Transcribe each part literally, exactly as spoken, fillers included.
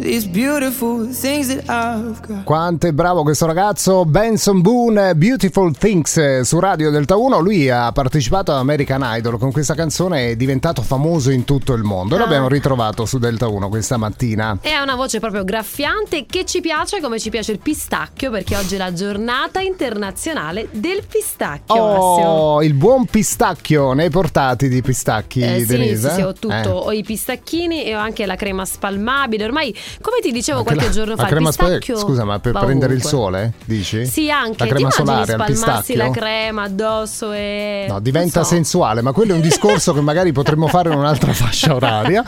these beautiful things that I've got. Quanto è bravo questo ragazzo, Benson Boone, Beautiful Things su Radio Delta uno. Lui ha partecipato a American Idol con questa canzone, è diventato famoso in tutto il mondo. Ah. L'abbiamo ritrovato su Delta uno questa mattina. E ha una voce proprio graffiante che ci piace come ci piace il pistacchio, perché oggi è la giornata internazionale del pistacchio. Oh, Massimo. il buon pistacchio, ne hai portati di pistacchi, Eh, sì, Denise? sì, sì, ho tutto, Eh. ho i pistacchini e ho anche la crema spalmabile. Ormai, come ti dicevo Anche qualche la- giorno la fa, il crema spa- pistacchio scusa, ma per va prendere il ovunque. sole, dici? Sì, anche. La crema ti immagini solare al spalmarsi pistacchio? la crema addosso e... No, diventa non so. sensuale, ma quello è un discorso che magari potremmo fare in un'altra fascia oraria.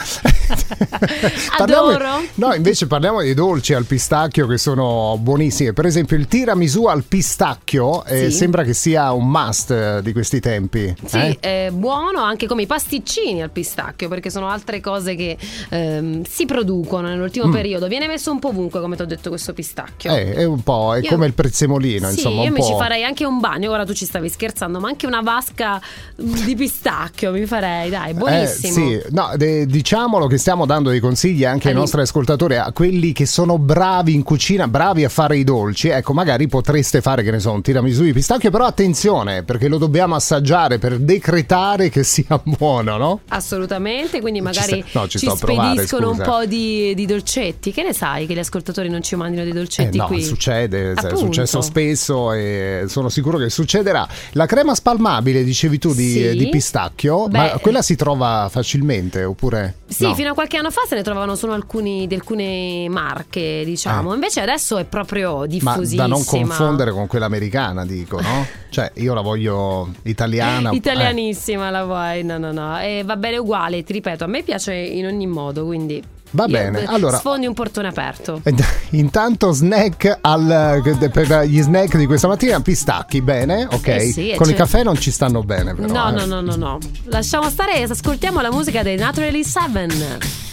Parliamo- Adoro. No, invece parliamo dei dolci al pistacchio che sono buonissimi. Per esempio il tiramisù al pistacchio eh, Sì. sembra che sia un must eh, di questi tempi. Sì, eh? è buono anche come i pasticcini al pistacchio, perché sono altre cose che ehm, si producono nell'ultimo Mm. periodo. Viene messo un po' ovunque, come ti ho detto, questo pistacchio. Eh, è un po', è Io- come il prezzemolino, Sì, insomma, io un mi po'. ci farei anche un bagno. Ora tu ci stavi scherzando, ma anche una vasca di pistacchio mi farei, dai, buonissimo. Eh, sì, no, de- diciamolo che stiamo dando dei consigli anche ai Ai- nostri ascoltatori, a quelli che sono bravi in cucina, bravi a fare i dolci. Ecco, magari potreste fare, che ne so, un tiramisù di pistacchio, però attenzione, perché lo dobbiamo assaggiare per decretare che sia buono, no? Assolutamente, quindi Ci magari sta- no, ci ci, sto a provare, spediscono un scusa. po' di, di dolcetti. Che ne sai che gli ascoltatori non ci mandino dei Eh, dolcetti no, qui? succede, è Appunto. successo spesso e sono sicuro che succederà. La crema spalmabile, dicevi tu, di, Sì. di pistacchio, Beh, ma quella si trova facilmente oppure? Sì, no? fino a qualche anno fa se ne trovavano solo alcuni di alcune marche, diciamo. Ah. Invece adesso è proprio Ma diffusissima. da non confondere con quella americana, dico, no? Cioè, io la voglio italiana. eh. Italianissima la vuoi? No, no, no. E va bene uguale, ti ripeto, a me piace in ogni modo, quindi Va io- bene, allora- sfondi un portone aperto. Eh, Intanto snack al, per gli snack di questa mattina, pistacchi, bene, ok. Eh sì, con il c'è- caffè non ci stanno bene però. No, eh. no, no, no, no. Lasciamo stare e ascoltiamo la musica dei Naturally Seven.